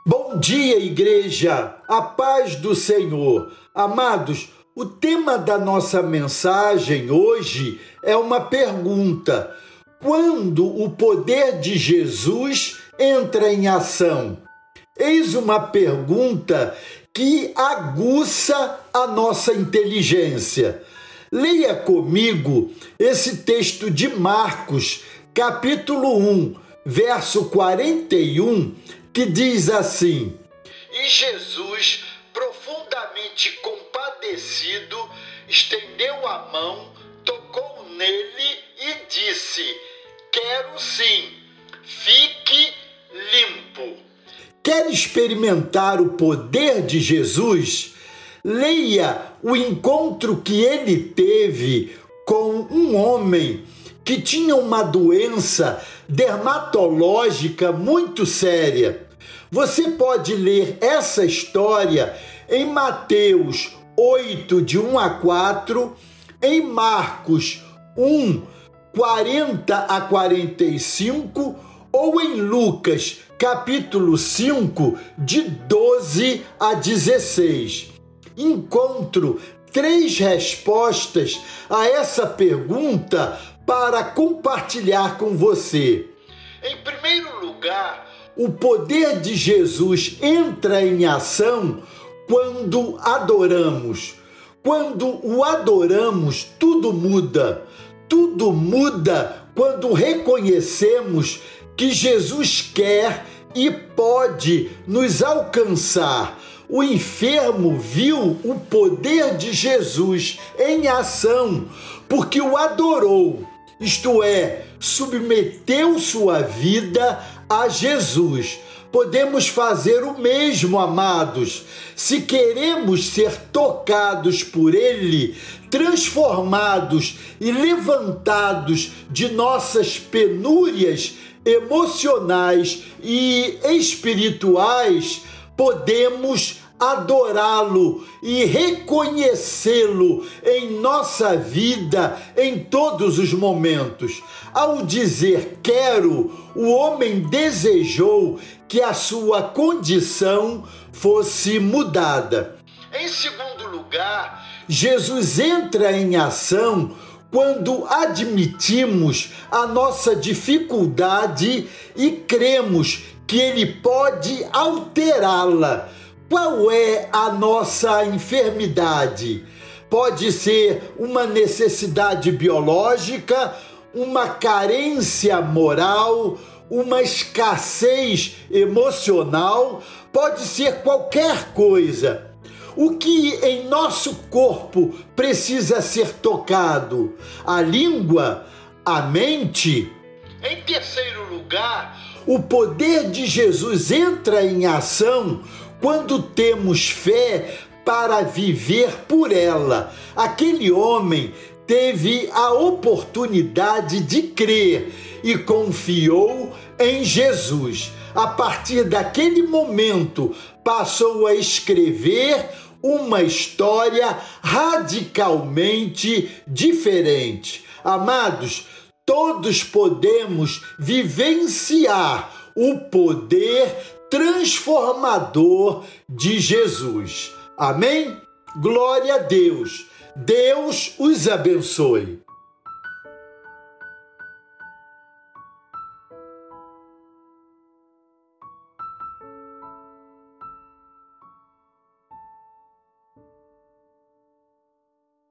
Bom dia, igreja! A paz do Senhor. Amados, o tema da nossa mensagem hoje é uma pergunta: quando o poder de Jesus entra em ação? Eis uma pergunta que aguça a nossa inteligência. Leia comigo esse texto de Marcos, capítulo 1, verso 41, que diz assim: E Jesus, profundamente compadecido, estendeu a mão, tocou nele e disse: Quero sim, fique limpo. Quer experimentar o poder de Jesus? Leia o encontro que ele teve com um homem que tinha uma doença dermatológica muito séria. Você pode ler essa história em Mateus 8, de 1 a 4, em Marcos 1, 40 a 45, ou em Lucas, capítulo 5, de 12 a 16. Encontro 3 respostas a essa pergunta para compartilhar com você. Em primeiro lugar, o poder de Jesus entra em ação quando adoramos. Quando o adoramos, tudo muda. Tudo muda quando reconhecemos que Jesus quer e pode nos alcançar. O enfermo viu o poder de Jesus em ação, porque o adorou, isto é, submeteu sua vida a Jesus. Podemos fazer o mesmo, amados, se queremos ser tocados por Ele, transformados e levantados de nossas penúrias emocionais e espirituais. Podemos adorá-lo e reconhecê-lo em nossa vida em todos os momentos. Ao dizer quero, o homem desejou que a sua condição fosse mudada. Em segundo lugar, Jesus entra em ação quando admitimos a nossa dificuldade e cremos que Ele pode alterá-la. Qual é a nossa enfermidade? Pode ser uma necessidade biológica, uma carência moral, uma escassez emocional, pode ser qualquer coisa. O que em nosso corpo precisa ser tocado? A língua? A mente? Em terceiro lugar, o poder de Jesus entra em ação quando temos fé para viver por ela. Aquele homem teve a oportunidade de crer e confiou em Jesus. A partir daquele momento, passou a escrever uma história radicalmente diferente. Amados, todos podemos vivenciar o poder transformador de Jesus. Amém? Glória a Deus. Deus os abençoe.